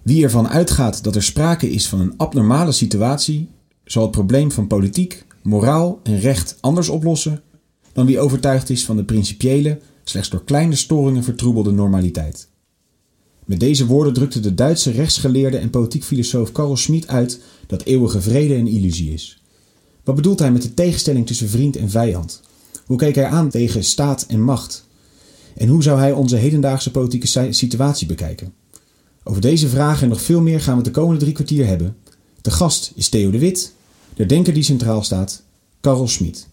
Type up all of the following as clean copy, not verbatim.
Wie ervan uitgaat dat er sprake is van een abnormale situatie, zal het probleem van politiek, moraal en recht anders oplossen dan wie overtuigd is van de principiële, slechts door kleine storingen vertroebelde normaliteit. Met deze woorden drukte de Duitse rechtsgeleerde en politiek filosoof Carl Schmitt uit dat eeuwige vrede een illusie is. Wat bedoelt hij met de tegenstelling tussen vriend en vijand? Hoe keek hij aan tegen staat en macht? En hoe zou hij onze hedendaagse politieke situatie bekijken? Over deze vragen en nog veel meer gaan we het de komende 3 kwartier hebben. De gast is Theo de Wit, de denker die centraal staat, Carl Schmitt.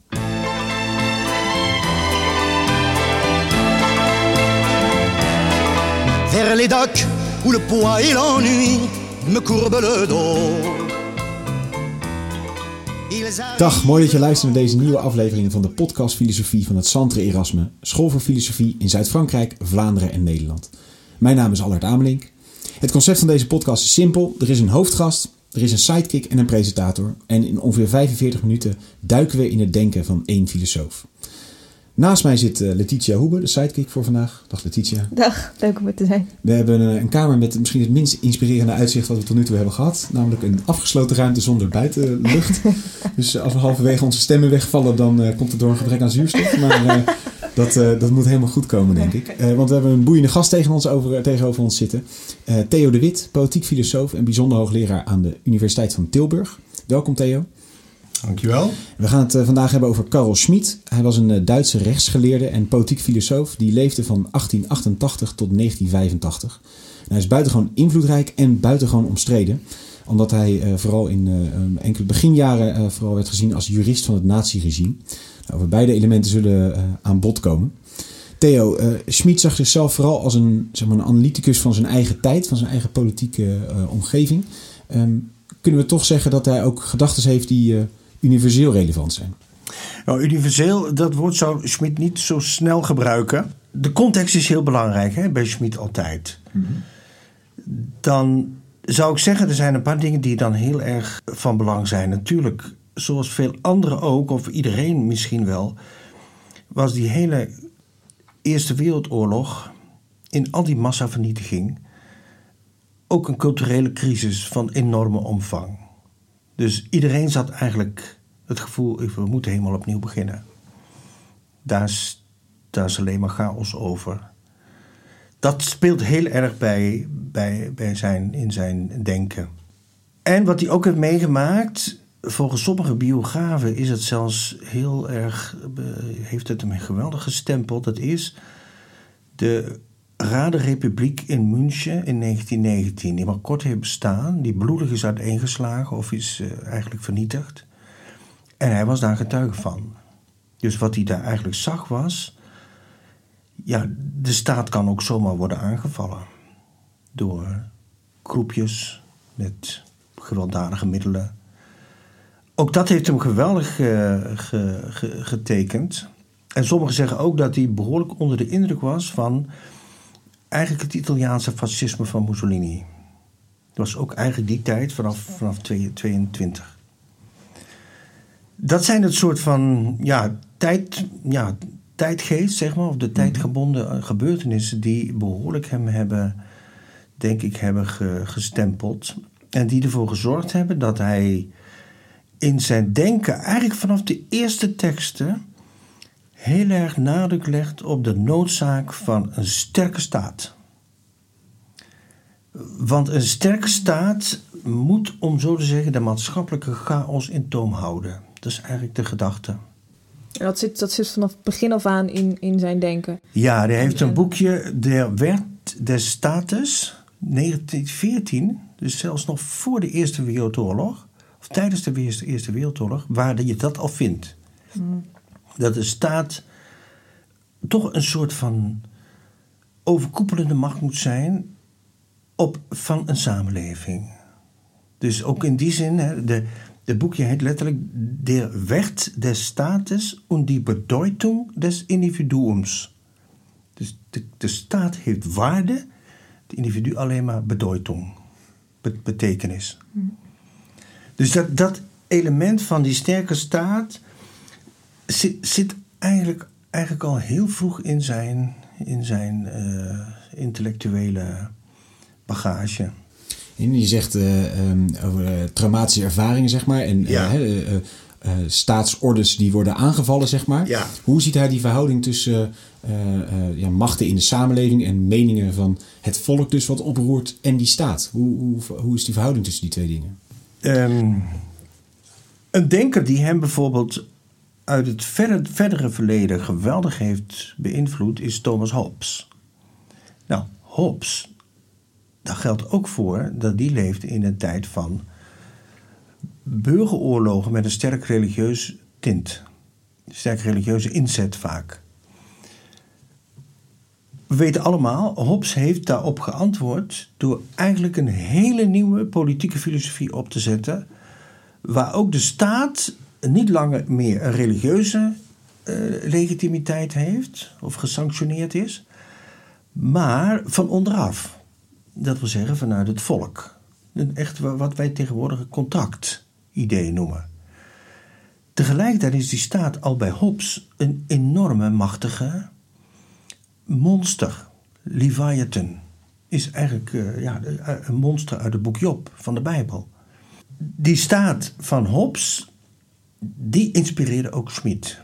Vers les docks où le poids et l'ennui me courbent le dos. Dag, mooi dat je luistert naar deze nieuwe aflevering van de podcast Filosofie van het Centre Erasme, School voor Filosofie in Zuid-Frankrijk, Vlaanderen en Nederland. Mijn naam is Allard Amelink. Het concept van deze podcast is simpel. Er is een hoofdgast, er is een sidekick en een presentator. En in ongeveer 45 minuten duiken we in het denken van 1 filosoof. Naast mij zit Letitia Hoebe, de sidekick voor vandaag. Dag Letitia. Dag, leuk om er te zijn. We hebben een kamer met misschien het minst inspirerende uitzicht wat we tot nu toe hebben gehad. Namelijk een afgesloten ruimte zonder buitenlucht. Dus als we halverwege onze stemmen wegvallen, dan komt het door een gebrek aan zuurstof. Maar dat moet helemaal goed komen, denk ik. Want we hebben een boeiende gast tegenover ons zitten. Theo de Wit, politiek filosoof en bijzonder hoogleraar aan de Universiteit van Tilburg. Welkom Theo. Dankjewel. We gaan het vandaag hebben over Carl Schmitt. Hij was een Duitse rechtsgeleerde en politiek filosoof die leefde van 1888 tot 1985. En hij is buitengewoon invloedrijk en buitengewoon omstreden. Omdat hij vooral in enkele beginjaren vooral werd gezien als jurist van het naziregime. Over beide elementen zullen aan bod komen. Theo, Schmitt zag zichzelf vooral als een analyticus van zijn eigen tijd, van zijn eigen politieke omgeving. Kunnen we toch zeggen dat hij ook gedachten heeft die universeel relevant zijn? Nou, universeel, dat woord zou Schmitt niet zo snel gebruiken. De context is heel belangrijk, hè, bij Schmitt altijd. Mm-hmm. Dan zou ik zeggen, er zijn een paar dingen die dan heel erg van belang zijn. Natuurlijk, zoals veel anderen ook, of iedereen misschien wel, was die hele Eerste Wereldoorlog in al die massavernietiging ook een culturele crisis van enorme omvang. Dus iedereen zat eigenlijk het gevoel, we moeten helemaal opnieuw beginnen. Daar is alleen maar chaos over. Dat speelt heel erg in zijn denken. En wat hij ook heeft meegemaakt, volgens sommige biografen is het zelfs heel erg, heeft het hem geweldig gestempeld. Dat is de Radenrepubliek in München in 1919, die maar kort heeft bestaan, die bloedig is uiteengeslagen of is eigenlijk vernietigd. En hij was daar getuige van. Dus wat hij daar eigenlijk zag was, ja, de staat kan ook zomaar worden aangevallen door groepjes met gewelddadige middelen. Ook dat heeft hem geweldig getekend. En sommigen zeggen ook dat hij behoorlijk onder de indruk was van eigenlijk het Italiaanse fascisme van Mussolini. Dat was ook eigenlijk die tijd, vanaf 22. Dat zijn het soort van tijdgeest, zeg maar, of de tijdgebonden gebeurtenissen die behoorlijk hem hebben gestempeld. En die ervoor gezorgd hebben dat hij in zijn denken, eigenlijk vanaf de eerste teksten, heel erg nadruk legt op de noodzaak van een sterke staat. Want een sterke staat moet, om zo te zeggen, de maatschappelijke chaos in toom houden. Dat is eigenlijk de gedachte. Dat zit vanaf het begin af aan in zijn denken. Ja, hij heeft een boekje, Der Wert des Staates, 1914, dus zelfs nog voor de Eerste Wereldoorlog, of tijdens de Eerste Wereldoorlog, waar je dat al vindt. Dat de staat toch een soort van overkoepelende macht moet zijn van een samenleving. Dus ook in die zin, het boekje heet letterlijk Der Wert des Staates und die Bedeutung des Individuums. Dus de staat heeft waarde, het individu alleen maar bedeutung, betekenis. Dus dat element van die sterke staat zit eigenlijk al heel vroeg in zijn intellectuele bagage. in. Je zegt over traumatische ervaringen, zeg maar. En staatsorders die worden aangevallen, zeg maar. Ja. Hoe ziet hij die verhouding tussen machten in de samenleving en meningen van het volk dus wat oproert en die staat? Hoe is die verhouding tussen die twee dingen? Een denker die hem bijvoorbeeld uit het verdere verleden geweldig heeft beïnvloed is Thomas Hobbes. Nou, Hobbes, daar geldt ook voor dat die leefde in een tijd van burgeroorlogen met een sterk religieus tint. Sterk religieuze inzet vaak. We weten allemaal, Hobbes heeft daarop geantwoord door eigenlijk een hele nieuwe politieke filosofie op te zetten, waar ook de staat niet langer meer een religieuze legitimiteit heeft of gesanctioneerd is, maar van onderaf. Dat wil zeggen vanuit het volk. Echt wat wij tegenwoordig een contractidee noemen. Tegelijkertijd is die staat al bij Hobbes een enorme machtige monster. Leviathan is eigenlijk een monster uit het boek Job van de Bijbel. Die staat van Hobbes, die inspireerde ook Schmid.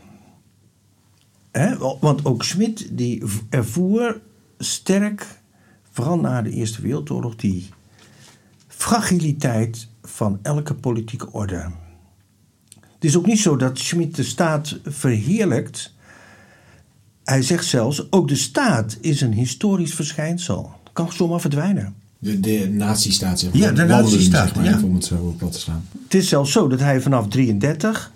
Want ook Schmid die ervoer sterk, vooral na de Eerste Wereldoorlog, die fragiliteit van elke politieke orde. Het is ook niet zo dat Schmid de staat verheerlijkt. Hij zegt zelfs, ook de staat is een historisch verschijnsel. Het kan zomaar verdwijnen. De nazistaat, zeg maar. Ja, de nazistaat, zeg maar, ja. om het zo op plat te slaan. Het is zelfs zo dat hij vanaf 1933,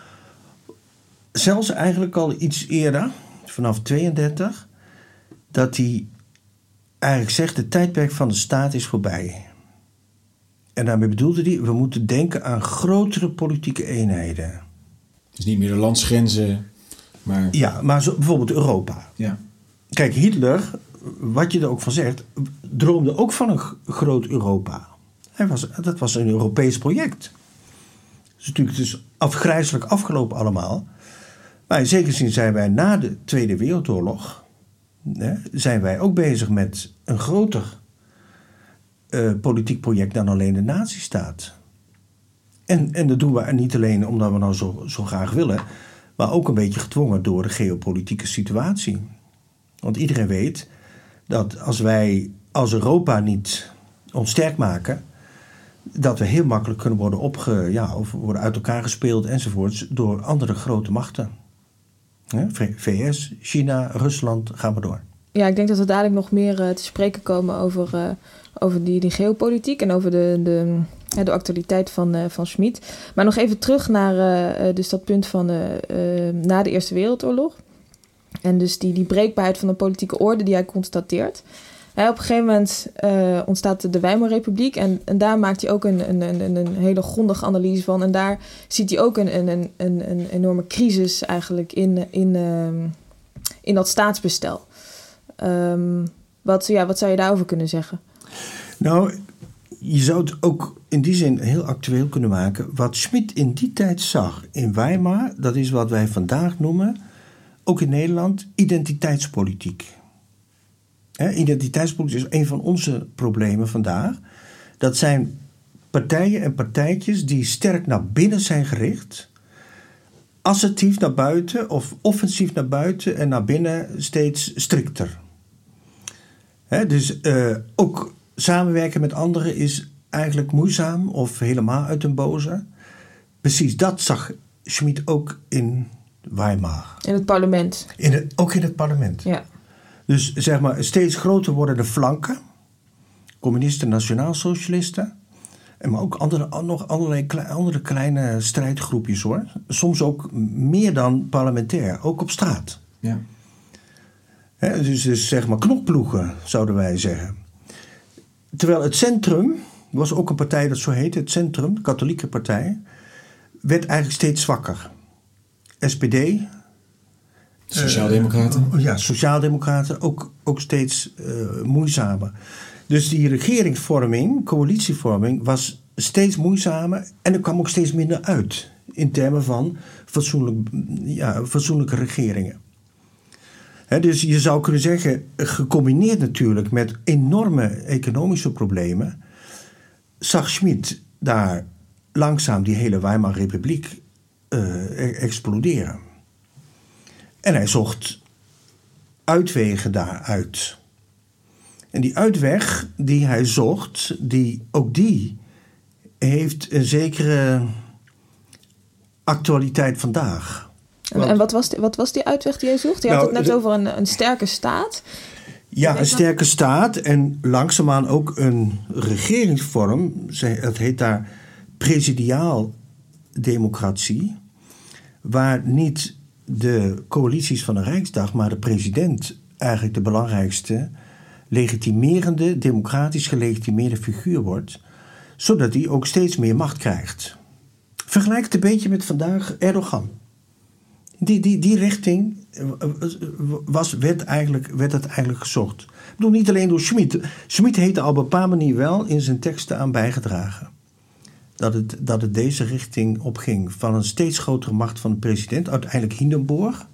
zelfs eigenlijk al iets eerder, vanaf 1932, dat hij eigenlijk zegt, het tijdperk van de staat is voorbij. En daarmee bedoelde hij, we moeten denken aan grotere politieke eenheden. Dus niet meer de landsgrenzen, maar... Ja, maar bijvoorbeeld Europa. Ja. Kijk, Hitler, wat je er ook van zegt, droomde ook van een groot Europa. Dat was een Europees project. Dat is natuurlijk dus afgrijselijk afgelopen allemaal. Maar in zekere zin zijn wij na de Tweede Wereldoorlog, zijn wij ook bezig met een groter politiek project dan alleen de nazistaat. En dat doen we niet alleen omdat we nou zo graag willen, maar ook een beetje gedwongen door de geopolitieke situatie. Want iedereen weet dat als wij als Europa niet ons sterk maken, dat we heel makkelijk kunnen worden of worden uit elkaar gespeeld enzovoorts door andere grote machten. VS, China, Rusland, gaan we door. Ja, ik denk dat we dadelijk nog meer te spreken komen over die geopolitiek en over de actualiteit van Schmid. Maar nog even terug naar dus dat punt van na de Eerste Wereldoorlog. En dus die breekbaarheid van de politieke orde die hij constateert. Op een gegeven moment ontstaat de Weimarrepubliek. En daar maakt hij ook een hele grondige analyse van. En daar ziet hij ook een enorme crisis eigenlijk in dat staatsbestel. Wat zou je daarover kunnen zeggen? Nou, je zou het ook in die zin heel actueel kunnen maken. Wat Schmid in die tijd zag in Weimar, dat is wat wij vandaag noemen, ook in Nederland, identiteitspolitiek. Identiteitspolitiek is een van onze problemen vandaag. Dat zijn partijen en partijtjes die sterk naar binnen zijn gericht, assertief naar buiten of offensief naar buiten en naar binnen steeds strikter. Dus ook samenwerken met anderen is eigenlijk moeizaam of helemaal uit den boze. Precies dat zag Schmid ook in Weimar. In het parlement. Ook in het parlement. Ja. Dus zeg maar steeds groter worden de flanken. Communisten, nationaalsocialisten. Maar ook nog allerlei andere kleine strijdgroepjes hoor. Soms ook meer dan parlementair. Ook op straat. Ja. Dus zeg maar knokploegen zouden wij zeggen. Terwijl het Centrum, was ook een partij dat zo heette, het Centrum, de katholieke partij, werd eigenlijk steeds zwakker. SPD. Sociaaldemocraten. Sociaaldemocraten ook steeds moeizamer. Dus die regeringsvorming, coalitievorming, was steeds moeizamer en er kwam ook steeds minder uit in termen van fatsoenlijke regeringen. Dus je zou kunnen zeggen, gecombineerd natuurlijk met enorme economische problemen, zag Schmid daar langzaam die hele Weimar-republiek exploderen. En hij zocht uitwegen daaruit. En die uitweg die hij zocht, die heeft een zekere actualiteit vandaag. En wat was die uitweg die hij zocht? Je had het net over een sterke staat. Ja, een sterke staat en langzaamaan ook een regeringsvorm. Het heet daar presidiaaldemocratie. Waar niet de coalities van de Rijksdag, maar de president eigenlijk de belangrijkste legitimerende, democratisch gelegitimeerde figuur wordt. Zodat hij ook steeds meer macht krijgt. Vergelijk het een beetje met vandaag Erdogan. Die richting werd het eigenlijk gezocht. Ik bedoel, niet alleen door Schmid. Schmid heeft er op een bepaalde manier wel in zijn teksten aan bijgedragen. Dat het deze richting opging van een steeds grotere macht van de president. Uiteindelijk Hindenburg.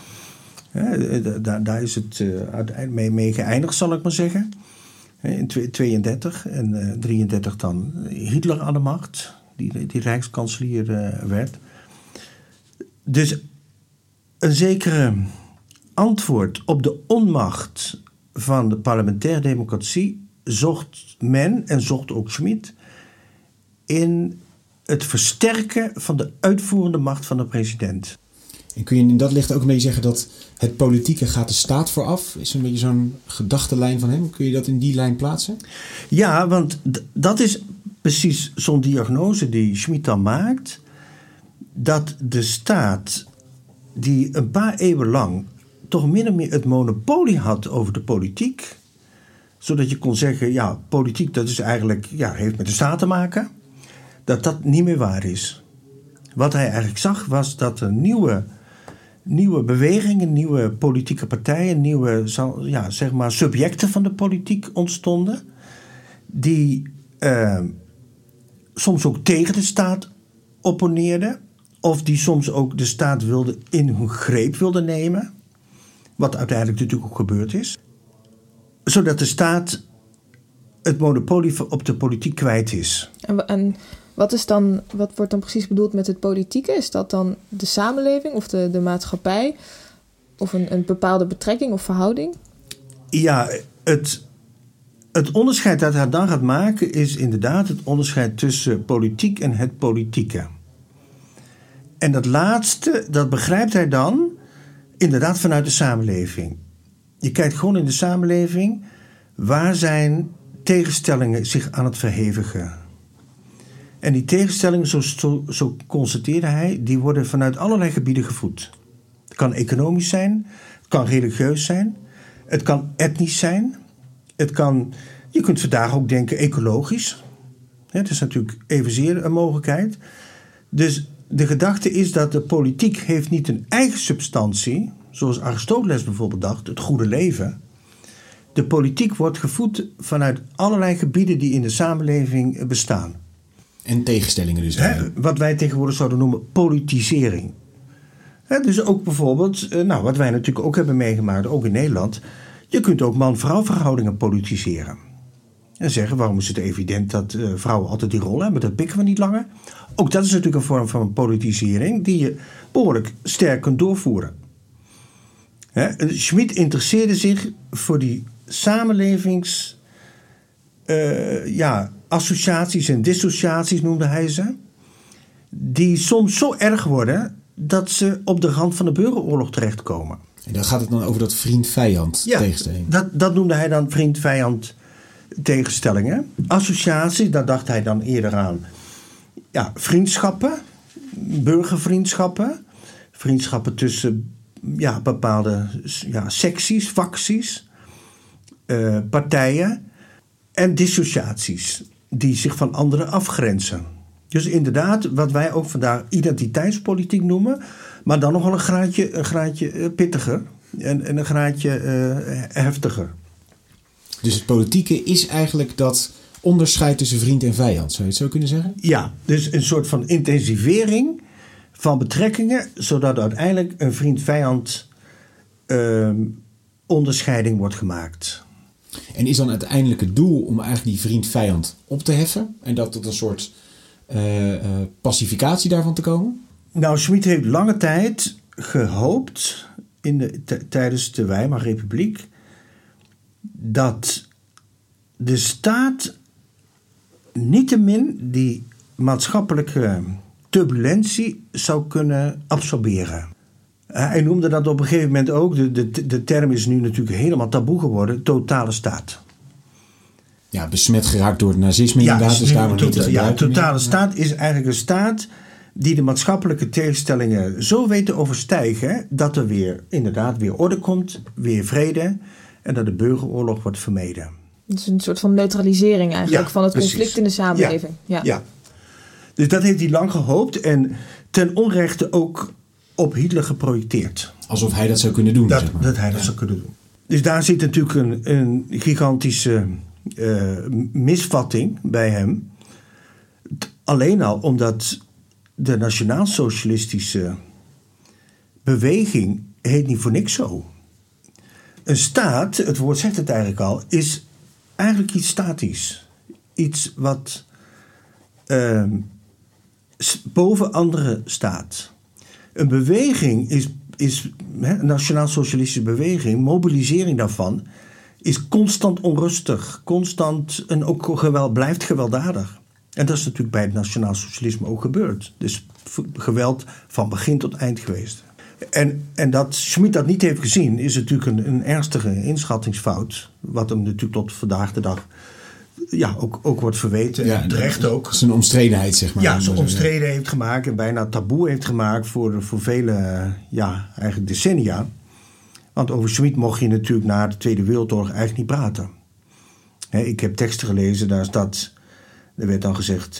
Daar is het uiteindelijk mee geëindigd, zal ik maar zeggen. In 32 en 33 dan Hitler aan de macht. Die rijkskanselier werd. Dus een zekere antwoord op de onmacht van de parlementaire democratie zocht men, en zocht ook Schmid, in het versterken van de uitvoerende macht van de president. En kun je in dat licht ook een beetje zeggen dat het politieke gaat de staat vooraf? Is een beetje zo'n gedachtenlijn van hem? Kun je dat in die lijn plaatsen? Ja, want dat is precies zo'n diagnose die Schmid dan maakt. Dat de staat, die een paar eeuwen lang toch min of meer het monopolie had over de politiek. Zodat je kon zeggen, ja, politiek dat is eigenlijk, heeft met de staat te maken. Dat niet meer waar is. Wat hij eigenlijk zag was dat er nieuwe bewegingen, nieuwe politieke partijen, nieuwe subjecten van de politiek ontstonden. Die soms ook tegen de staat opponeerden. Of die soms ook de staat in hun greep wilden nemen. Wat uiteindelijk natuurlijk ook gebeurd is. Zodat de staat het monopolie op de politiek kwijt is. En wat wordt dan precies bedoeld met het politieke? Is dat dan de samenleving of de maatschappij? Of een bepaalde betrekking of verhouding? Ja, het onderscheid dat hij dan gaat maken is inderdaad het onderscheid tussen politiek en het politieke. En dat laatste, dat begrijpt hij dan inderdaad vanuit de samenleving. Je kijkt gewoon in de samenleving, waar zijn tegenstellingen zich aan het verhevigen. En die tegenstellingen, zo constateerde hij, die worden vanuit allerlei gebieden gevoed. Het kan economisch zijn, het kan religieus zijn, het kan etnisch zijn, je kunt vandaag ook denken ecologisch. Het is natuurlijk evenzeer een mogelijkheid. Dus de gedachte is dat de politiek heeft niet een eigen substantie, zoals Aristoteles bijvoorbeeld dacht, het goede leven. De politiek wordt gevoed vanuit allerlei gebieden die in de samenleving bestaan. En tegenstellingen dus. Wat wij tegenwoordig zouden noemen politisering. Dus ook bijvoorbeeld, wat wij natuurlijk ook hebben meegemaakt, ook in Nederland. Je kunt ook man-vrouw verhoudingen politiseren. En zeggen, waarom is het evident dat vrouwen altijd die rol hebben? Dat pikken we niet langer. Ook dat is natuurlijk een vorm van politisering die je behoorlijk sterk kunt doorvoeren. Schmid interesseerde zich voor die associaties en dissociaties noemde hij ze. Die soms zo erg worden dat ze op de rand van de burgeroorlog terechtkomen. En dan gaat het dan over dat vriend-vijand tegenstelling. Dat noemde hij dan vriend-vijand tegenstellingen. Associaties, daar dacht hij dan eerder aan. Ja, vriendschappen, burgervriendschappen. Vriendschappen tussen bepaalde secties, facties, partijen. En dissociaties die zich van anderen afgrenzen. Dus inderdaad, wat wij ook vandaag identiteitspolitiek noemen, maar dan nog wel een graadje pittiger en een graadje heftiger. Dus het politieke is eigenlijk dat onderscheid tussen vriend en vijand, zou je het zo kunnen zeggen? Ja, dus een soort van intensivering van betrekkingen, zodat uiteindelijk een vriend-vijand onderscheiding wordt gemaakt. En is dan uiteindelijk het doel om eigenlijk die vriend-vijand op te heffen en dat tot een soort pacificatie daarvan te komen? Nou, Schmid heeft lange tijd gehoopt tijdens de Weimarrepubliek dat de staat niettemin die maatschappelijke turbulentie zou kunnen absorberen. Hij noemde dat op een gegeven moment ook, de term is nu natuurlijk helemaal taboe geworden, totale staat. Ja, besmet geraakt door het nazisme inderdaad. Dus daar totale staat is eigenlijk een staat die de maatschappelijke tegenstellingen zo weet te overstijgen dat er weer orde komt, weer vrede en dat de burgeroorlog wordt vermeden. Het is een soort van neutralisering eigenlijk van het conflict in de samenleving. Ja. Dus dat heeft hij lang gehoopt en ten onrechte ook op Hitler geprojecteerd. Alsof hij dat zou kunnen doen. Dat hij dat zou kunnen doen. Dus daar zit natuurlijk een gigantische misvatting bij hem. Alleen al omdat de nationaal-socialistische beweging heet niet voor niks zo. Een staat, het woord zegt het eigenlijk al, is eigenlijk iets statisch. Iets wat boven anderen staat. Een beweging is een nationaal-socialistische beweging, mobilisering daarvan, is constant onrustig, constant en ook blijft gewelddadig. En dat is natuurlijk bij het nationaal-socialisme ook gebeurd. Dus geweld van begin tot eind geweest. En dat Schmid dat niet heeft gezien is natuurlijk een ernstige inschattingsfout. Wat hem natuurlijk tot vandaag de dag ook wordt verweten. Ja, en terecht ook. Zijn omstredenheid, zeg maar. Ja, zijn omstreden heeft gemaakt en bijna taboe heeft gemaakt voor vele eigenlijk decennia. Want over Schmid mocht je natuurlijk na de Tweede Wereldoorlog eigenlijk niet praten. Ik heb teksten gelezen, er werd dan gezegd,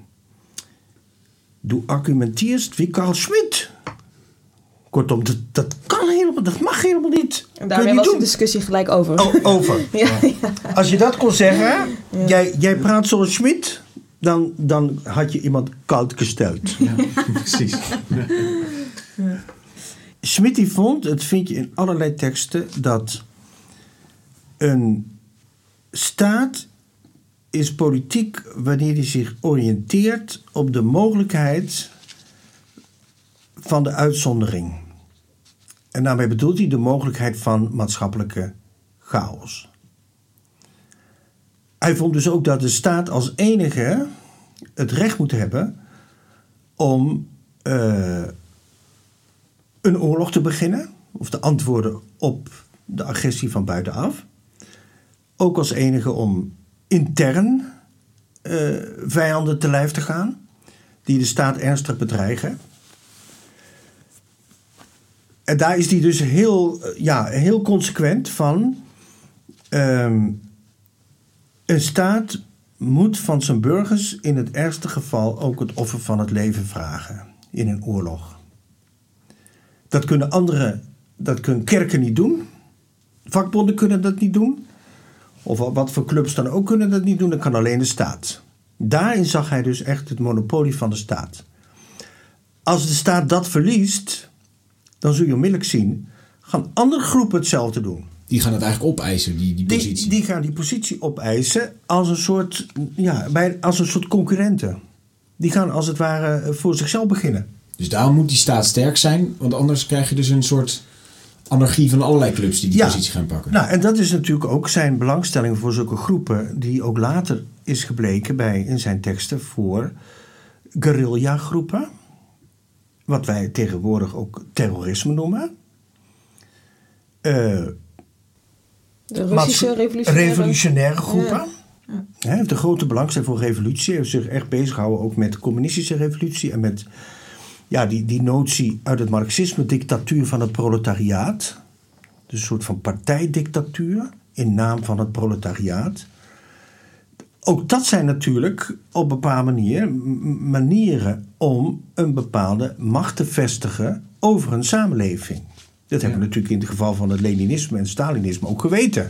du argumentierst wie Carl Schmid. Kortom, dat kan helemaal, dat mag helemaal niet. En daarmee was de discussie gelijk over. Over. Ja. Als je dat kon zeggen, jij praat zoals Schmid, dan had je iemand koud gesteld. Ja, precies. Ja. Schmid die vond, het vind je in allerlei teksten, dat een staat is politiek wanneer die zich oriënteert op de mogelijkheid van de uitzondering. En daarmee bedoelt hij de mogelijkheid van maatschappelijke chaos. Hij vond dus ook dat de staat als enige het recht moet hebben om een oorlog te beginnen, of te antwoorden op de agressie van buitenaf. Ook als enige om intern vijanden te lijf te gaan, die de staat ernstig bedreigen. En daar is hij dus heel consequent van. Een staat moet van zijn burgers in het ergste geval ook het offer van het leven vragen in een oorlog. Dat kunnen kerken niet doen. Vakbonden kunnen dat niet doen. Of wat voor clubs dan ook kunnen dat niet doen. Dat kan alleen de staat. Daarin zag hij dus echt het monopolie van de staat. Als de staat dat verliest, dan zul je onmiddellijk zien, gaan andere groepen hetzelfde doen. Die gaan het eigenlijk opeisen, die positie. Die gaan die positie opeisen als een soort concurrenten. Die gaan als het ware voor zichzelf beginnen. Dus daarom moet die staat sterk zijn, want anders krijg je dus een soort anarchie van allerlei clubs die positie gaan pakken. Nou, en dat is natuurlijk ook zijn belangstelling voor zulke groepen, die ook later is gebleken in zijn teksten voor guerrilla-groepen. Wat wij tegenwoordig ook terrorisme noemen. De Russische revolutionaire groepen. Ja. Hij heeft een grote belangstelling voor revolutie. Hij heeft zich echt bezig gehouden ook met de communistische revolutie. En met die notie uit het marxisme, dictatuur van het proletariaat. Dus een soort van partijdictatuur in naam van het proletariaat. Ook dat zijn natuurlijk op een bepaalde manieren om een bepaalde macht te vestigen over een samenleving. Dat hebben we natuurlijk in het geval van het Leninisme en Stalinisme ook geweten.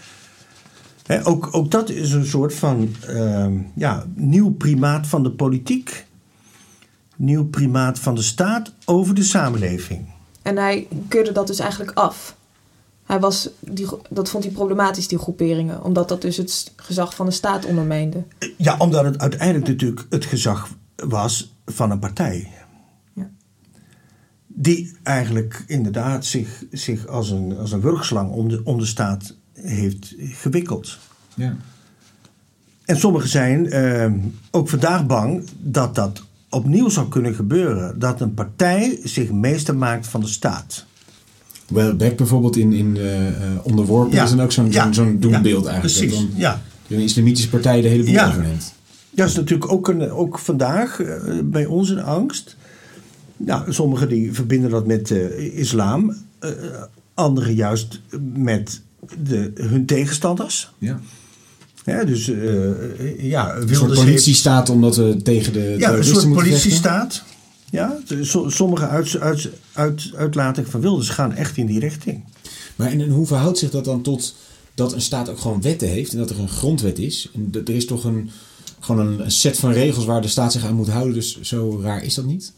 Ook dat is een soort van nieuw primaat van de politiek. Nieuw primaat van de staat over de samenleving. En hij keurde dat dus eigenlijk af. Dat vond hij problematisch, die groeperingen. Omdat dat dus het gezag van de staat ondermijnde. Ja, omdat het uiteindelijk natuurlijk het gezag was van een partij. Ja. Die eigenlijk inderdaad zich als een wurgslang om de staat heeft gewikkeld. Ja. En sommigen zijn ook vandaag bang dat dat opnieuw zou kunnen gebeuren. Dat een partij zich meester maakt van de staat. Well, Beck bijvoorbeeld in Onderworpen is dan ook zo'n doembeeld eigenlijk. Precies, dat dan een islamitische partij de hele boel overneemt. Dat is natuurlijk ook vandaag bij ons een angst. Nou, sommigen die verbinden dat met islam. Anderen juist met hun tegenstanders. Ja. Ja, dus een soort politiestaat omdat we tegen de terroristen een soort moeten politiestaat. Ja, sommige uitlatingen van Wilders gaan echt in die richting. Maar en hoe verhoudt zich dat dan tot dat een staat ook gewoon wetten heeft en dat er een grondwet is? En er is toch gewoon een set van regels waar de staat zich aan moet houden, dus zo raar is dat niet?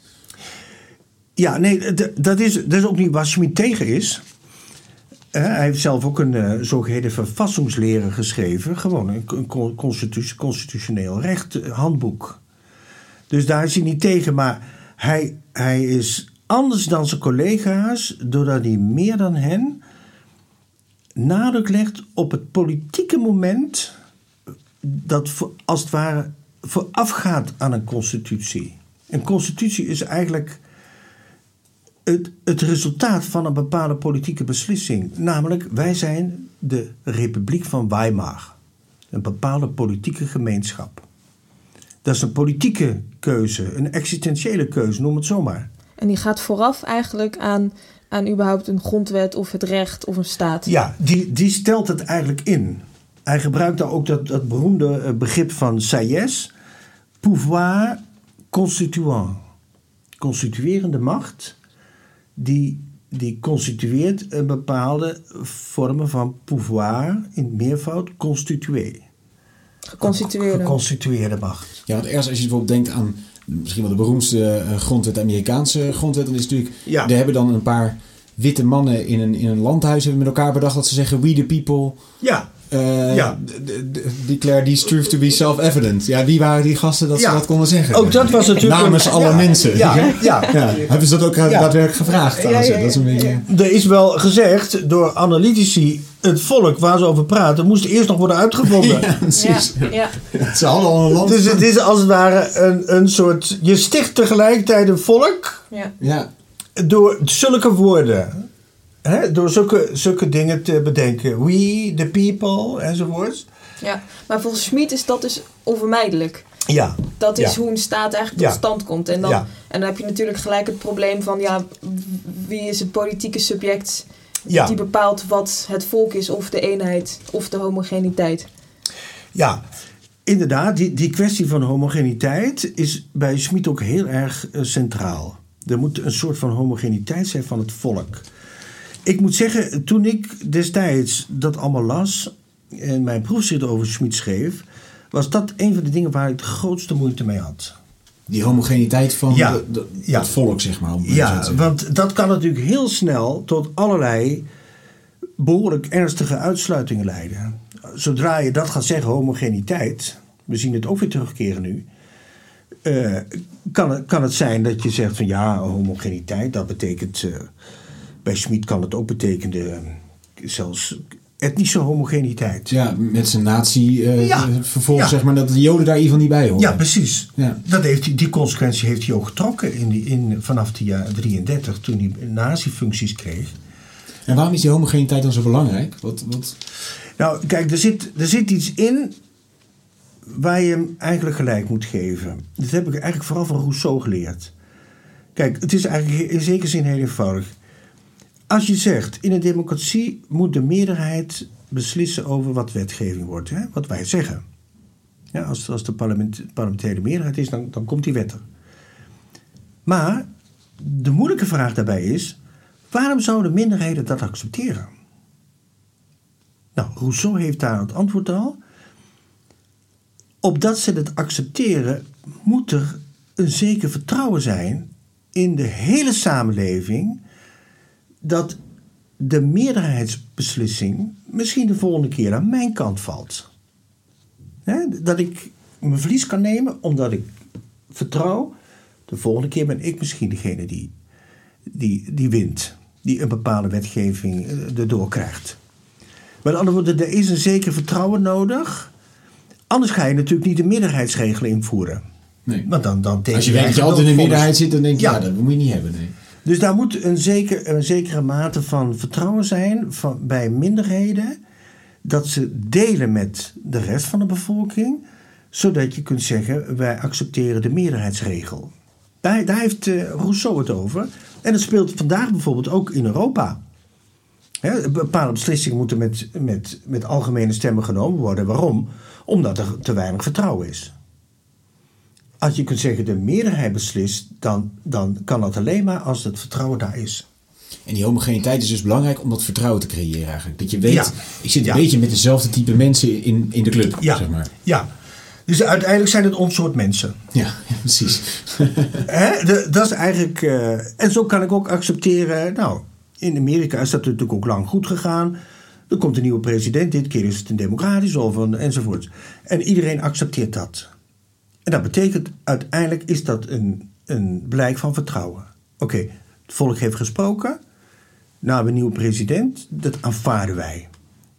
Ja, nee, dat is ook niet waar Schmid tegen is. Hij heeft zelf ook een zogeheten verfassingslehre geschreven. Gewoon een constitutioneel recht handboek. Dus daar is hij niet tegen. Maar hij is anders dan zijn collega's doordat hij meer dan hen nadruk legt op het politieke moment dat als het ware voorafgaat aan een constitutie. Een constitutie is eigenlijk het resultaat van een bepaalde politieke beslissing. Namelijk, wij zijn de Republiek van Weimar. Een bepaalde politieke gemeenschap. Dat is een politieke keuze, een existentiële keuze, noem het zomaar. En die gaat vooraf eigenlijk aan überhaupt een grondwet of het recht of een staat. Ja, die stelt het eigenlijk in. Hij gebruikt daar ook dat beroemde begrip van Sieyès. Pouvoir constituant. Constituerende macht. Die constitueert een bepaalde vormen van pouvoir, in het meervoud, constitué. Geconstitueerde macht. Ja, want ergens als je bijvoorbeeld denkt aan misschien wel de beroemdste grondwet, de Amerikaanse grondwet, dan is het natuurlijk, er hebben dan een paar witte mannen in een landhuis hebben met elkaar bedacht dat ze zeggen, we the people declare these truths to be self-evident. Ja, wie waren die gasten dat ze dat konden zeggen? Ook dat was natuurlijk namens alle mensen. Hebben ze dat ook daadwerkelijk gevraagd? Dat is een beetje... Er is wel gezegd door analytici, het volk waar ze over praten moest eerst nog worden uitgevonden. Ja, precies. Ja. Ze hadden al een land. Dus het is als het ware een soort, je sticht tegelijkertijd een volk door zulke woorden. Door zulke dingen te bedenken. We, the people, enzovoorts. Ja, maar volgens Schmid is dat dus onvermijdelijk. Ja. Dat is hoe een staat eigenlijk tot stand komt. En dan heb je natuurlijk gelijk het probleem van, wie is het politieke subject die bepaalt wat het volk is, of de eenheid, of de homogeniteit. Ja, inderdaad. Die kwestie van homogeniteit is bij Schmid ook heel erg centraal. Er moet een soort van homogeniteit zijn van het volk. Ik moet zeggen, toen ik destijds dat allemaal las en mijn proefschrift over Schmid schreef, was dat een van de dingen waar ik de grootste moeite mee had. Die homogeniteit van het volk, zeg maar. Ja, want dat kan natuurlijk heel snel tot allerlei behoorlijk ernstige uitsluitingen leiden. Zodra je dat gaat zeggen, homogeniteit, we zien het ook weer terugkeren nu, kan het zijn dat je zegt van homogeniteit, dat betekent... Bij Schmid kan het ook betekenen zelfs etnische homogeniteit. Ja, met zijn nazi-vervolg, zeg maar, dat de Joden daar in ieder geval niet bij horen. Ja, precies. Ja. Die consequentie heeft hij ook getrokken vanaf de jaren 33, toen hij nazi-functies kreeg. En waarom is die homogeniteit dan zo belangrijk? Wat? Nou, kijk, er zit iets in waar je hem eigenlijk gelijk moet geven. Dat heb ik eigenlijk vooral van Rousseau geleerd. Kijk, het is eigenlijk in zekere zin heel eenvoudig. Als je zegt, in een democratie moet de meerderheid beslissen over wat wetgeving wordt. Hè? Wat wij zeggen. Ja, als de parlementaire meerderheid is, dan komt die wet er. Maar de moeilijke vraag daarbij is, waarom zouden minderheden dat accepteren? Nou, Rousseau heeft daar het antwoord al. Opdat ze het accepteren, moet er een zeker vertrouwen zijn in de hele samenleving dat de meerderheidsbeslissing misschien de volgende keer aan mijn kant valt. Dat ik mijn verlies kan nemen omdat ik vertrouw. De volgende keer ben ik misschien degene die wint. Die een bepaalde wetgeving erdoor krijgt. Met andere woorden, er is een zeker vertrouwen nodig. Anders ga je natuurlijk niet de meerderheidsregel invoeren. Nee. Want dan als je weet dat je altijd in de meerderheid zit, dan denk je, dat moet je niet hebben. Nee. Dus daar moet een zekere mate van vertrouwen zijn bij minderheden. Dat ze delen met de rest van de bevolking. Zodat je kunt zeggen, wij accepteren de meerderheidsregel. Daar heeft Rousseau het over. En dat speelt vandaag bijvoorbeeld ook in Europa. Bepaalde beslissingen moeten met algemene stemmen genomen worden. Waarom? Omdat er te weinig vertrouwen is. Als je kunt zeggen de meerderheid beslist, dan kan dat alleen maar als het vertrouwen daar is. En die homogeniteit is dus belangrijk om dat vertrouwen te creëren eigenlijk. Dat je weet, ik zit een beetje met dezelfde type mensen in de club, zeg maar. Ja, dus uiteindelijk zijn het ons soort mensen. Ja, precies. Dat is eigenlijk... en zo kan ik ook accepteren... Nou, in Amerika is dat natuurlijk ook lang goed gegaan. Er komt een nieuwe president. Dit keer is het een democratisch enzovoort. En iedereen accepteert dat. En dat betekent uiteindelijk is dat een blijk van vertrouwen. Oké, het volk heeft gesproken. Nou hebben we een nieuwe president. Dat aanvaarden wij.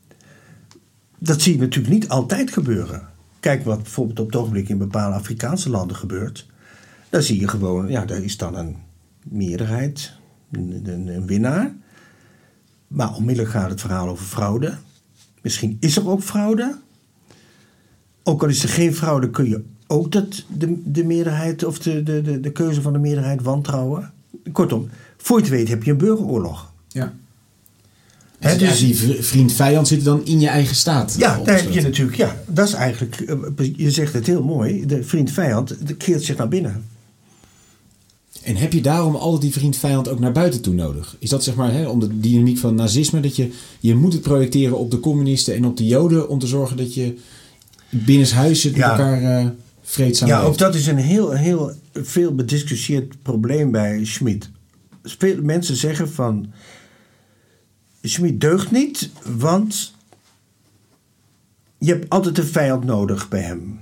Dat zie je natuurlijk niet altijd gebeuren. Kijk wat bijvoorbeeld op het ogenblik in bepaalde Afrikaanse landen gebeurt. Dan zie je gewoon, daar is dan een meerderheid, een winnaar. Maar onmiddellijk gaat het verhaal over fraude. Misschien is er ook fraude. Ook al is er geen fraude, kun je ook de meerderheid of de keuze van de meerderheid wantrouwen. Kortom, voor je het weet heb je een burgeroorlog. Ja. Dus die vriend-vijand zit dan in je eigen staat. Ja, daar heb je natuurlijk. Ja, dat is eigenlijk. Je zegt het heel mooi. De vriend-vijand keert zich naar binnen. En heb je daarom altijd die vriend-vijand ook naar buiten toe nodig? Is dat zeg maar om de dynamiek van nazisme dat je moet het projecteren op de communisten en op de Joden om te zorgen dat je binnenshuis zit met elkaar vreedzaam leeft? Ook dat is een heel veel bediscussieerd probleem bij Schmitt. Veel mensen zeggen van Schmitt deugt niet, want je hebt altijd een vijand nodig bij hem.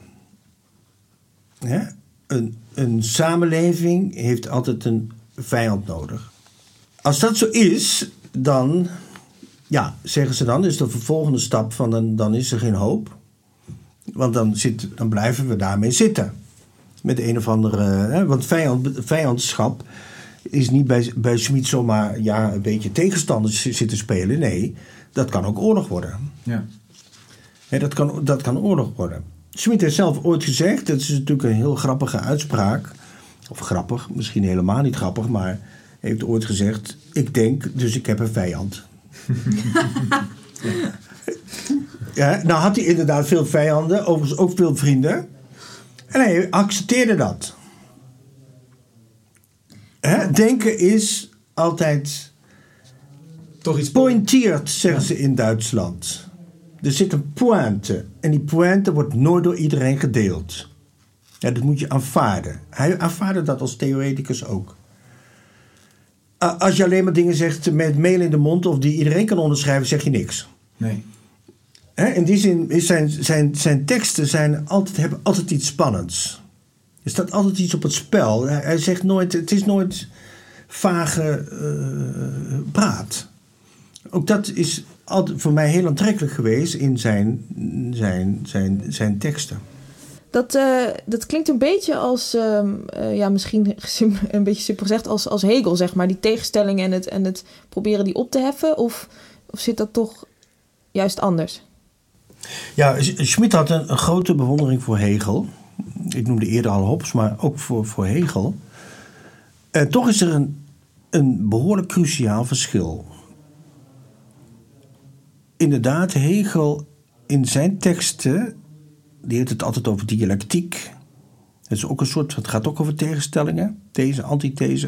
Een samenleving heeft altijd een vijand nodig. Als dat zo is, dan, zeggen ze dan, is de vervolgende stap van dan is er geen hoop. Want dan blijven we daarmee zitten. Met een of andere. Want vijandschap is niet bij Schmitt zomaar een beetje tegenstanders zitten spelen. Nee, dat kan ook oorlog worden. Ja. Dat kan oorlog worden. Schmitt heeft zelf ooit gezegd, dat is natuurlijk een heel grappige uitspraak. Of grappig, misschien helemaal niet grappig, maar heeft ooit gezegd: ik denk, dus ik heb een vijand. Nou had hij inderdaad veel vijanden, overigens ook veel vrienden. En hij accepteerde dat. Denken is altijd toch iets pointeerd, zeggen ze in Duitsland. Er zit een pointe. En die pointe wordt nooit door iedereen gedeeld. Ja, dat moet je aanvaarden. Hij aanvaarde dat als theoreticus ook. Als je alleen maar dingen zegt met meel in de mond of die iedereen kan onderschrijven, zeg je niks. Nee. In die zin is zijn teksten hebben altijd iets spannends. Er staat altijd iets op het spel. Hij zegt nooit, het is nooit vage praat. Ook dat is altijd voor mij heel aantrekkelijk geweest in zijn teksten. Dat klinkt een beetje als, misschien een beetje simpel gezegd, als Hegel, zeg maar. Die tegenstelling en het proberen die op te heffen. Of zit dat toch juist anders? Ja, Schmitt had een grote bewondering voor Hegel. Ik noemde eerder al Hobbes, maar ook voor Hegel. Toch is er een behoorlijk cruciaal verschil. Inderdaad, Hegel in zijn teksten, die heeft het altijd over dialectiek. Het is ook het gaat ook over tegenstellingen, these, antithese.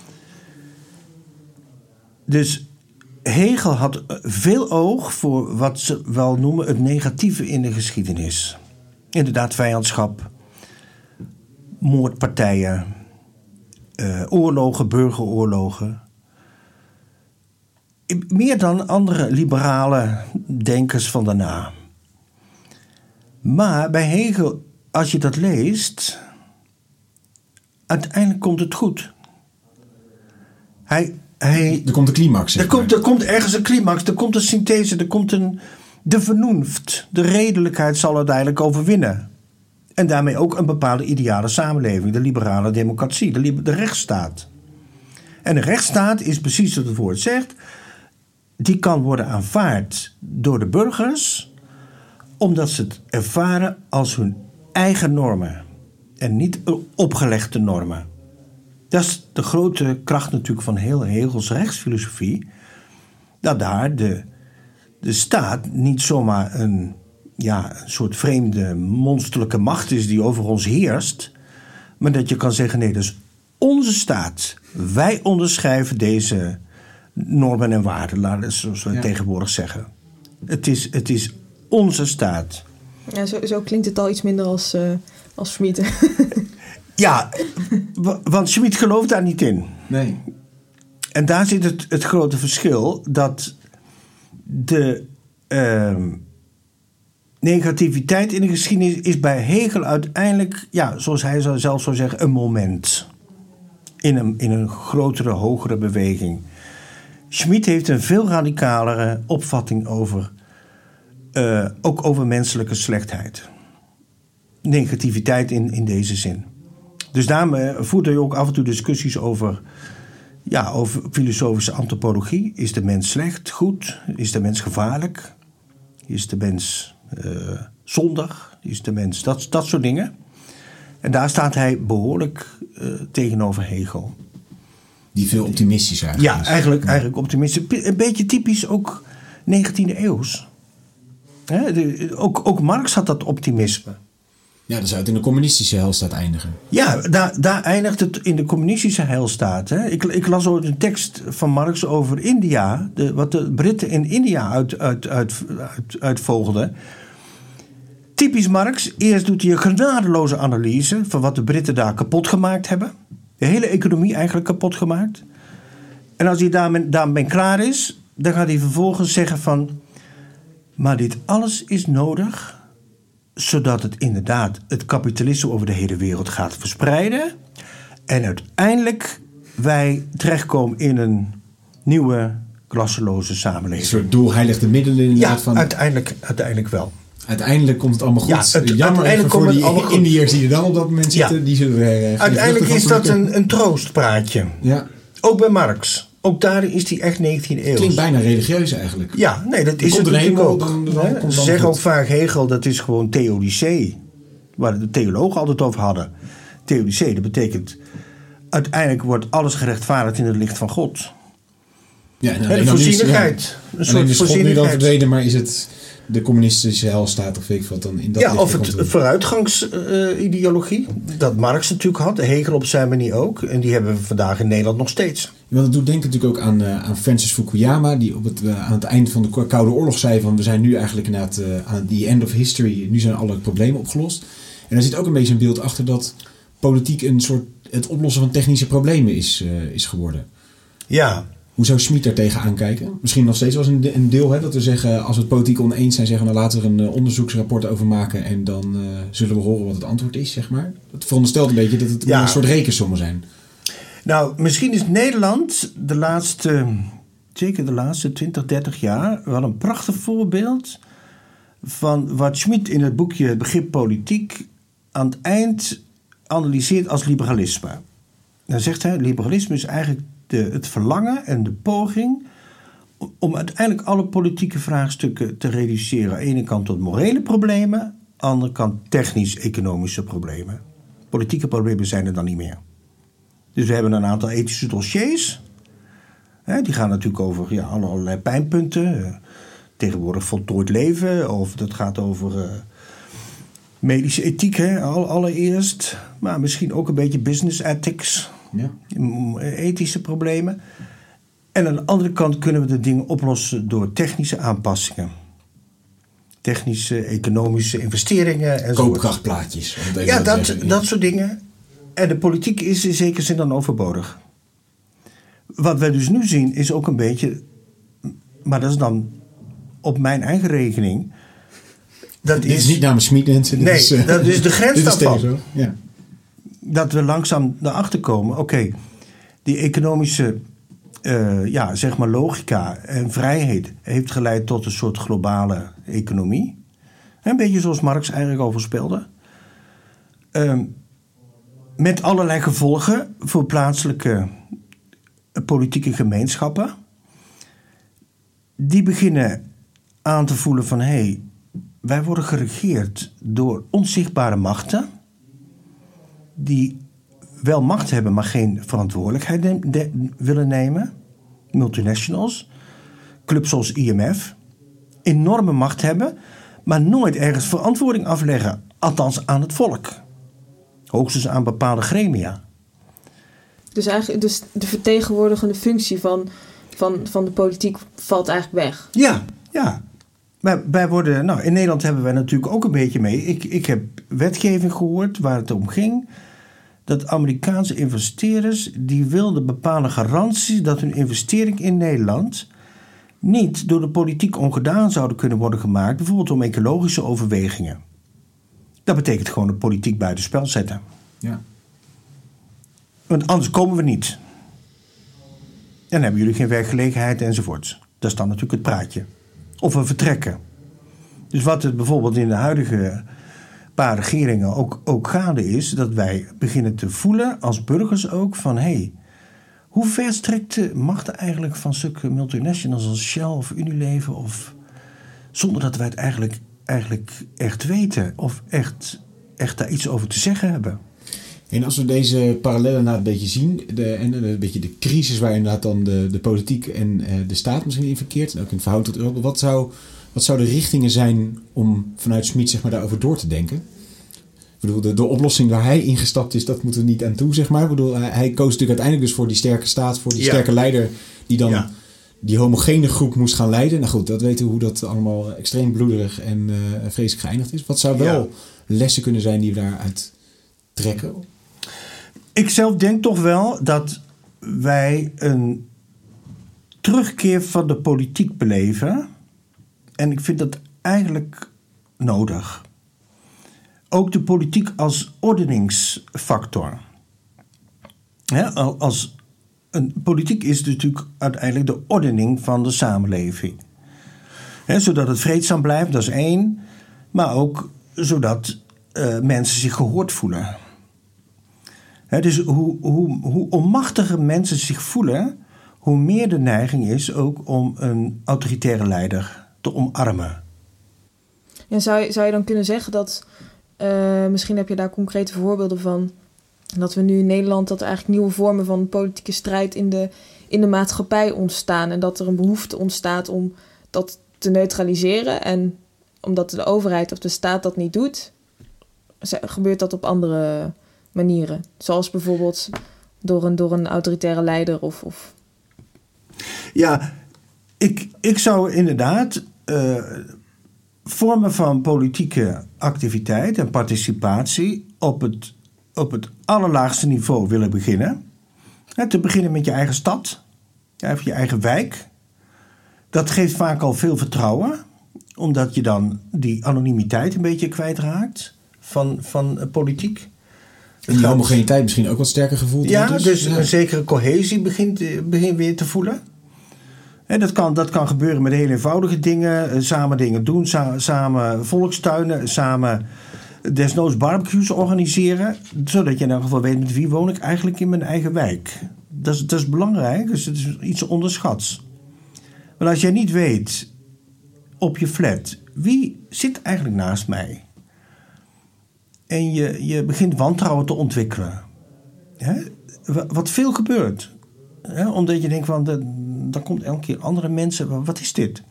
Dus Hegel had veel oog voor wat ze wel noemen het negatieve in de geschiedenis. Inderdaad, vijandschap, moordpartijen, oorlogen, burgeroorlogen. Meer dan andere liberale denkers van daarna. Maar bij Hegel, als je dat leest, uiteindelijk komt het goed. Er komt de climax. Er komt ergens een climax, er komt een synthese, er komt de vernunft, de redelijkheid zal uiteindelijk overwinnen. En daarmee ook een bepaalde ideale samenleving, de liberale democratie, de rechtsstaat. En de rechtsstaat is precies wat het woord zegt, die kan worden aanvaard door de burgers, omdat ze het ervaren als hun eigen normen en niet opgelegde normen. Dat is de grote kracht natuurlijk van heel Hegels rechtsfilosofie. Dat daar de staat niet zomaar een soort vreemde monsterlijke macht is die over ons heerst. Maar dat je kan zeggen, nee, dat is onze staat. Wij onderschrijven deze normen en waarden, zoals we tegenwoordig zeggen. Het is onze staat. Ja, zo klinkt het al iets minder als Schmid. Ja, want Schmid gelooft daar niet in. Nee. En daar zit het grote verschil dat de negativiteit in de geschiedenis is bij Hegel uiteindelijk, zoals hij zelf zou zeggen, een moment. In een grotere, hogere beweging. Schmid heeft een veel radicalere opvatting ook over menselijke slechtheid. Negativiteit in deze zin. Dus daarom voert hij ook af en toe discussies over filosofische antropologie. Is de mens slecht, goed? Is de mens gevaarlijk? Is de mens zondig? Is de mens dat soort dingen? En daar staat hij behoorlijk tegenover Hegel. Die veel optimistischer eigenlijk is. Eigenlijk optimistisch. Een beetje typisch ook 19e eeuws. Ook Marx had dat optimisme. Ja, dan zou het in de communistische heilstaat eindigen. Ja, daar eindigt het in de communistische heilstaat. Hè. Ik las ooit een tekst van Marx over India. Wat de Britten in India uitvogelden. Typisch Marx. Eerst doet hij een genadeloze analyse van wat de Britten daar kapot gemaakt hebben. De hele economie eigenlijk kapot gemaakt. En als hij daarmee klaar is, dan gaat hij vervolgens zeggen van, maar dit alles is nodig zodat het inderdaad het kapitalisme over de hele wereld gaat verspreiden. En uiteindelijk wij terechtkomen in een nieuwe klasseloze samenleving. Een soort doel heiligt de middelen inderdaad. Ja, uiteindelijk wel. Uiteindelijk komt het allemaal goed. Ja, jammer even voor die Indiërs die er dan op dat moment zitten. Ja. Die zullen uiteindelijk is dat een troostpraatje. Ja. Ook bij Marx. Ook daar is die echt 19e eeuw. Klinkt bijna religieus eigenlijk. Ja, nee, dat is het natuurlijk ook. Ze zeggen ook vaak Hegel, dat is gewoon theodicee. Waar de theologen altijd over hadden. Theodicee, dat betekent uiteindelijk wordt alles gerechtvaardigd in het licht van God. Ja, en de voorzienigheid. Een soort is God nu dan verdwenen, maar is het de communistische heilstaat of weet ik wat dan in dat of het vooruitgangsideologie dat Marx natuurlijk had, Hegel op zijn manier ook, en die hebben we vandaag in Nederland nog steeds. Ja, dat doet denken natuurlijk ook aan Francis Fukuyama, die aan het eind van de Koude Oorlog zei van we zijn nu eigenlijk inderdaad aan the end of history, nu zijn alle problemen opgelost. En daar zit ook een beetje een beeld achter dat politiek een soort het oplossen van technische problemen is geworden. Ja. Hoe zou Schmid daar tegenaan kijken? Misschien nog steeds wel een deel, hè, dat we zeggen, als we het politiek oneens zijn, zeggen we nou laten we er een onderzoeksrapport over maken en dan zullen we horen wat het antwoord is, zeg maar. Dat veronderstelt een beetje dat het een soort rekensommen zijn. Nou, misschien is Nederland zeker de laatste 20, 30 jaar wel een prachtig voorbeeld van wat Schmid in het boekje Het Begrip Politiek aan het eind analyseert als liberalisme. Dan zegt hij, liberalisme is eigenlijk het verlangen en de poging om uiteindelijk alle politieke vraagstukken te reduceren. Aan de ene kant tot morele problemen, aan de andere kant technisch-economische problemen. Politieke problemen zijn er dan niet meer. Dus we hebben een aantal ethische dossiers. Die gaan natuurlijk over allerlei pijnpunten. Tegenwoordig voltooid leven, of dat gaat over medische ethiek allereerst. Maar misschien ook een beetje business ethics. Ja. Ethische problemen. En aan de andere kant kunnen we de dingen oplossen door technische aanpassingen. Technische, economische investeringen. En koopkrachtplaatjes. Ja, dat soort dingen. En de politiek is in zekere zin dan overbodig. Wat wij dus nu zien is ook een beetje maar dat is dan op mijn eigen rekening. Dit is niet namens Schmid, mensen. Dat is de grens daarvan. Ja. Dat we langzaam erachter komen. Oké, die economische zeg maar logica en vrijheid heeft geleid tot een soort globale economie. Een beetje zoals Marx eigenlijk al voorspelde. Met allerlei gevolgen voor plaatselijke politieke gemeenschappen. Die beginnen aan te voelen van wij worden geregeerd door onzichtbare machten. Die wel macht hebben, maar geen verantwoordelijkheid willen nemen. Multinationals. Clubs zoals IMF. Enorme macht hebben, maar nooit ergens verantwoording afleggen. Althans aan het volk. Hoogstens aan bepaalde gremia. Dus eigenlijk de vertegenwoordigende functie van de politiek valt eigenlijk weg. Ja. Wij worden, in Nederland hebben wij natuurlijk ook een beetje mee. Ik heb wetgeving gehoord waar het om ging. Dat Amerikaanse investeerders die wilden bepaalde garanties dat hun investering in Nederland niet door de politiek ongedaan zouden kunnen worden gemaakt. Bijvoorbeeld om ecologische overwegingen. Dat betekent gewoon de politiek buitenspel zetten. Ja. Want anders komen we niet. En dan hebben jullie geen werkgelegenheid enzovoort. Dat is dan natuurlijk het praatje. Of we vertrekken. Dus wat het bijvoorbeeld in de huidige paar regeringen ook gaande is, dat wij beginnen te voelen, als burgers ook, van hoe ver strekt de macht eigenlijk van zulke multinationals als Shell of Unilever, of zonder dat wij het eigenlijk echt weten of echt daar iets over te zeggen hebben. En als we deze parallellen een beetje zien, een beetje de crisis waar inderdaad dan de politiek en de staat misschien in verkeert, en ook in verhouding tot Europa, wat zou de richtingen zijn om vanuit Schmid zeg maar daarover door te denken? Ik bedoel, de oplossing waar hij ingestapt is, dat moeten we niet aan toe, zeg maar. Ik bedoel, hij koos natuurlijk uiteindelijk dus voor die sterke staat, voor die sterke leider die dan die homogene groep moest gaan leiden. Nou goed, dat weten we hoe dat allemaal extreem bloederig en vreselijk geëindigd is. Wat zou wel lessen kunnen zijn die we daaruit trekken? Ik zelf denk toch wel dat wij een terugkeer van de politiek beleven. En ik vind dat eigenlijk nodig. Ook de politiek als ordeningsfactor. Politiek is natuurlijk uiteindelijk de ordening van de samenleving. Zodat het vreedzaam blijft, dat is één. Maar ook zodat mensen zich gehoord voelen. Dus hoe onmachtiger mensen zich voelen, hoe meer de neiging is ook om een autoritaire leider te omarmen. Ja, zou je dan kunnen zeggen dat, misschien heb je daar concrete voorbeelden van, dat we nu in Nederland, dat er eigenlijk nieuwe vormen van politieke strijd in de maatschappij ontstaan en dat er een behoefte ontstaat om dat te neutraliseren, en omdat de overheid of de staat dat niet doet, gebeurt dat op andere manieren. Zoals bijvoorbeeld door een autoritaire leider of... Ja, ik zou inderdaad vormen van politieke activiteit en participatie op het allerlaagste niveau willen beginnen. Te beginnen met je eigen stad, of je eigen wijk. Dat geeft vaak al veel vertrouwen, omdat je dan die anonimiteit een beetje kwijtraakt van politiek. En die homogeniteit misschien ook wat sterker gevoeld wordt. Ja, dus een zekere cohesie begint weer te voelen. Dat kan gebeuren met hele eenvoudige dingen. Samen dingen doen, samen volkstuinen, samen desnoods barbecues organiseren. Zodat je in elk geval weet met wie woon ik eigenlijk in mijn eigen wijk. Dat is belangrijk, dus het is iets onderschats. Maar als jij niet weet op je flat, wie zit eigenlijk naast mij? En je begint wantrouwen te ontwikkelen. Wat veel gebeurt. Omdat je denkt van, dan komt elke keer andere mensen. Wat is dit?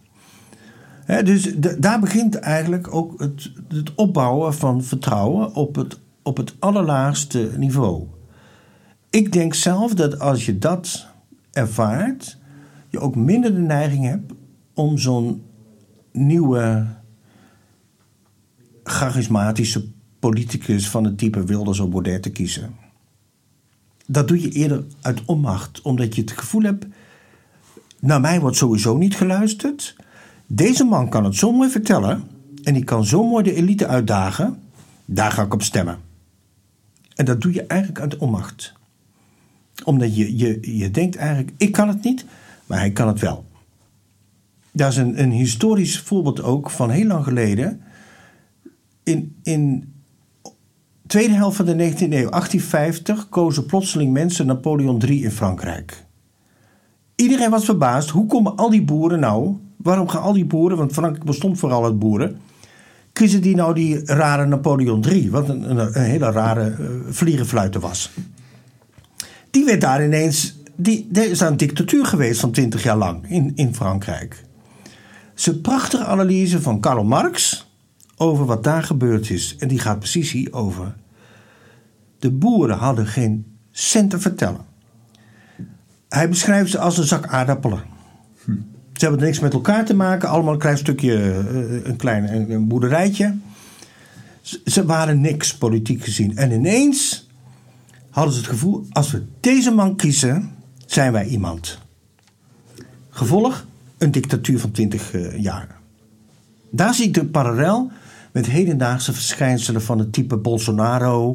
Dus daar begint eigenlijk ook het opbouwen van vertrouwen op het allerlaagste niveau. Ik denk zelf dat als je dat ervaart, je ook minder de neiging hebt om zo'n nieuwe charismatische politicus van het type Wilders of Baudet te kiezen. Dat doe je eerder uit onmacht, omdat je het gevoel hebt, Naar mij wordt sowieso niet geluisterd. Deze man kan het zo mooi vertellen. En die kan zo mooi de elite uitdagen. Daar ga ik op stemmen. En dat doe je eigenlijk uit onmacht. Omdat je denkt eigenlijk, ik kan het niet, maar hij kan het wel. Dat is een historisch voorbeeld ook van heel lang geleden. In tweede helft van de 19e eeuw, 1850, kozen plotseling mensen Napoleon III in Frankrijk. Iedereen was verbaasd. Hoe komen al die boeren nou? Waarom gaan al die boeren, want Frankrijk bestond vooral uit boeren, kiezen die nou die rare Napoleon III, wat een hele rare vliegenfluiter was. Die werd daar ineens, er is daar een dictatuur geweest van 20 jaar lang in Frankrijk. Het is een prachtige analyse van Karl Marx over wat daar gebeurd is. En die gaat precies hierover. De boeren hadden geen cent te vertellen. Hij beschrijft ze als een zak aardappelen. Ze hebben niks met elkaar te maken. Allemaal een klein stukje, een boerderijtje. Ze waren niks, politiek gezien. En ineens hadden ze het gevoel, als we deze man kiezen, zijn wij iemand. Gevolg, een dictatuur van 20 jaar. Daar zie ik de parallel met hedendaagse verschijnselen van het type Bolsonaro.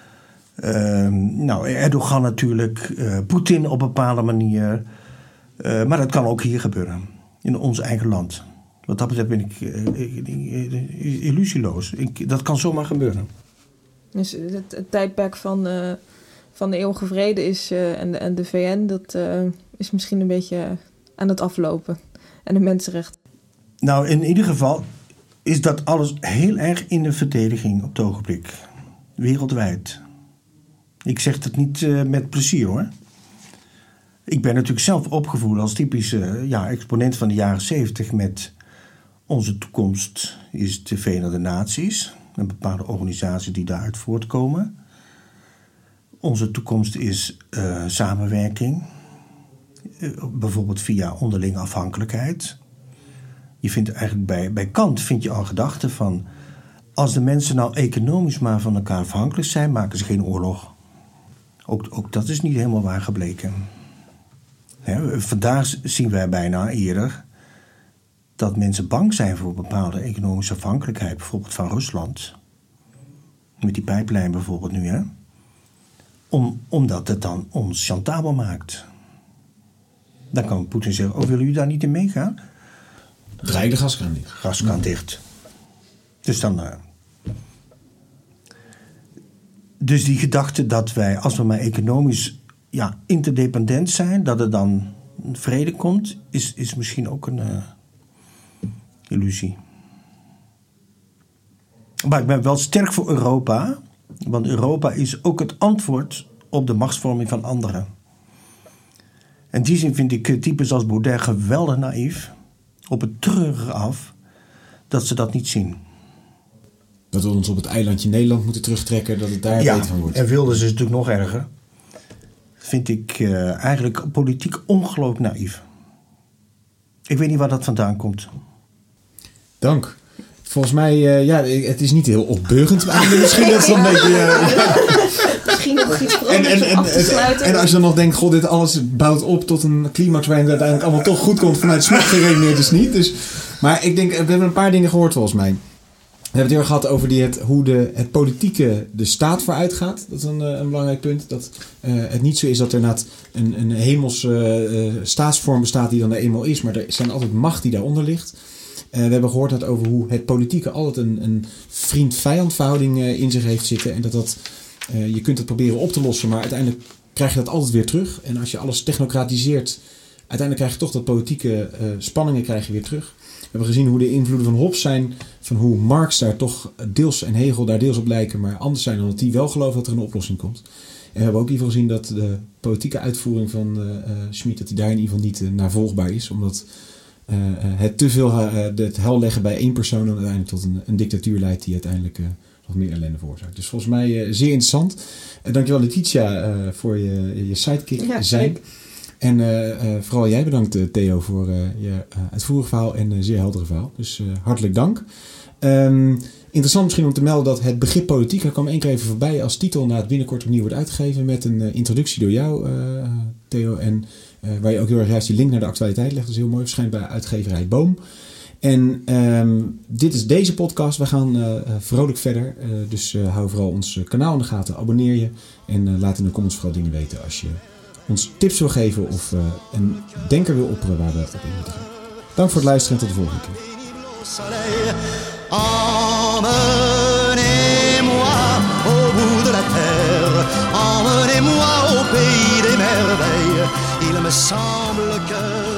Erdogan natuurlijk. Poetin op een bepaalde manier. Maar dat kan ook hier gebeuren. In ons eigen land. Wat dat betreft ben ik illusieloos. Dat kan zomaar gebeuren. Dus het tijdperk van de eeuwige vrede is, en de VN, dat is misschien een beetje aan het aflopen. En de mensenrechten. Nou, in ieder geval is dat alles heel erg in de verdediging op het ogenblik. Wereldwijd. Ik zeg het niet met plezier hoor. Ik ben natuurlijk zelf opgevoed als typische exponent van de jaren 70 met onze toekomst is de Verenigde Naties. Een bepaalde organisatie die daaruit voortkomen. Onze toekomst is samenwerking. Bijvoorbeeld via onderlinge afhankelijkheid. Je vindt eigenlijk bij Kant vind je al gedachten van, als de mensen nou economisch maar van elkaar afhankelijk zijn, maken ze geen oorlog. Ook dat is niet helemaal waar gebleken. Vandaag zien wij bijna eerder dat mensen bang zijn voor bepaalde economische afhankelijkheid, bijvoorbeeld van Rusland. Met die pijplijn bijvoorbeeld nu, hè. Omdat het dan ons chantabel maakt. Dan kan Poetin zeggen, willen jullie daar niet in meegaan? Draai de gaskraan dicht. Gaskraan dicht. Dus dan... Dus die gedachte dat wij, als we maar economisch interdependent zijn, dat er dan vrede komt, is misschien ook een illusie. Maar ik ben wel sterk voor Europa, want Europa is ook het antwoord op de machtsvorming van anderen. In die zin vind ik types als Baudet geweldig naïef, op het treurige af, dat ze dat niet zien. Dat we ons op het eilandje Nederland moeten terugtrekken, dat het daar beter van wordt. En Wilders is natuurlijk nog erger. Vind ik eigenlijk politiek ongelooflijk naïef. Ik weet niet waar dat vandaan komt. Dank. Volgens mij, het is niet heel opbeurend. Misschien dat is dan een beetje... Misschien nog iets om af te sluiten. En als je dan nog denkt, dit alles bouwt op tot een climax waarin het uiteindelijk allemaal toch goed komt vanuit Smit geredeneerd dus niet. Dus, maar ik denk, we hebben een paar dingen gehoord volgens mij. We hebben het heel erg gehad over hoe het politieke de staat vooruit gaat. Dat is een belangrijk punt. Dat het niet zo is dat er inderdaad een hemelse staatsvorm bestaat die dan er eenmaal is. Maar er zijn altijd macht die daaronder ligt. We hebben gehoord over hoe het politieke altijd een vriend-vijand verhouding in zich heeft zitten. En dat je kunt het proberen op te lossen, maar uiteindelijk krijg je dat altijd weer terug. En als je alles technocratiseert, uiteindelijk krijg je toch dat politieke spanningen krijg je weer terug. We hebben gezien hoe de invloeden van Hobbes zijn, van hoe Marx daar toch deels en Hegel daar deels op lijken, maar anders zijn dan dat die wel geloven dat er een oplossing komt. En we hebben ook in ieder geval gezien dat de politieke uitvoering van Schmid, dat die daar in ieder geval niet navolgbaar is, omdat het te veel het hel leggen bij één persoon dan uiteindelijk tot een dictatuur leidt die uiteindelijk wat meer ellende veroorzaakt. Dus volgens mij zeer interessant. Dankjewel Letitia voor je sidekick zijn. En vooral jij bedankt Theo voor je uitvoerig verhaal en zeer heldere verhaal. Dus hartelijk dank. Interessant misschien om te melden dat het begrip politiek, daar kwam één keer even voorbij als titel na het binnenkort opnieuw wordt uitgegeven met een introductie door jou Theo. En waar je ook heel erg juist die link naar de actualiteit legt. Dat is heel mooi. Verschijnt bij uitgeverij Boom. En dit is deze podcast. We gaan vrolijk verder. Dus hou vooral ons kanaal in de gaten. Abonneer je. En laat in de comments vooral dingen weten als je ons tips wil geven of een denker wil opperen waar we op in moeten gaan. Dank voor het luisteren en tot de volgende keer. Emmenez-moi au bout de la terre, emmenez-moi au pays des merveilles. Il me semble que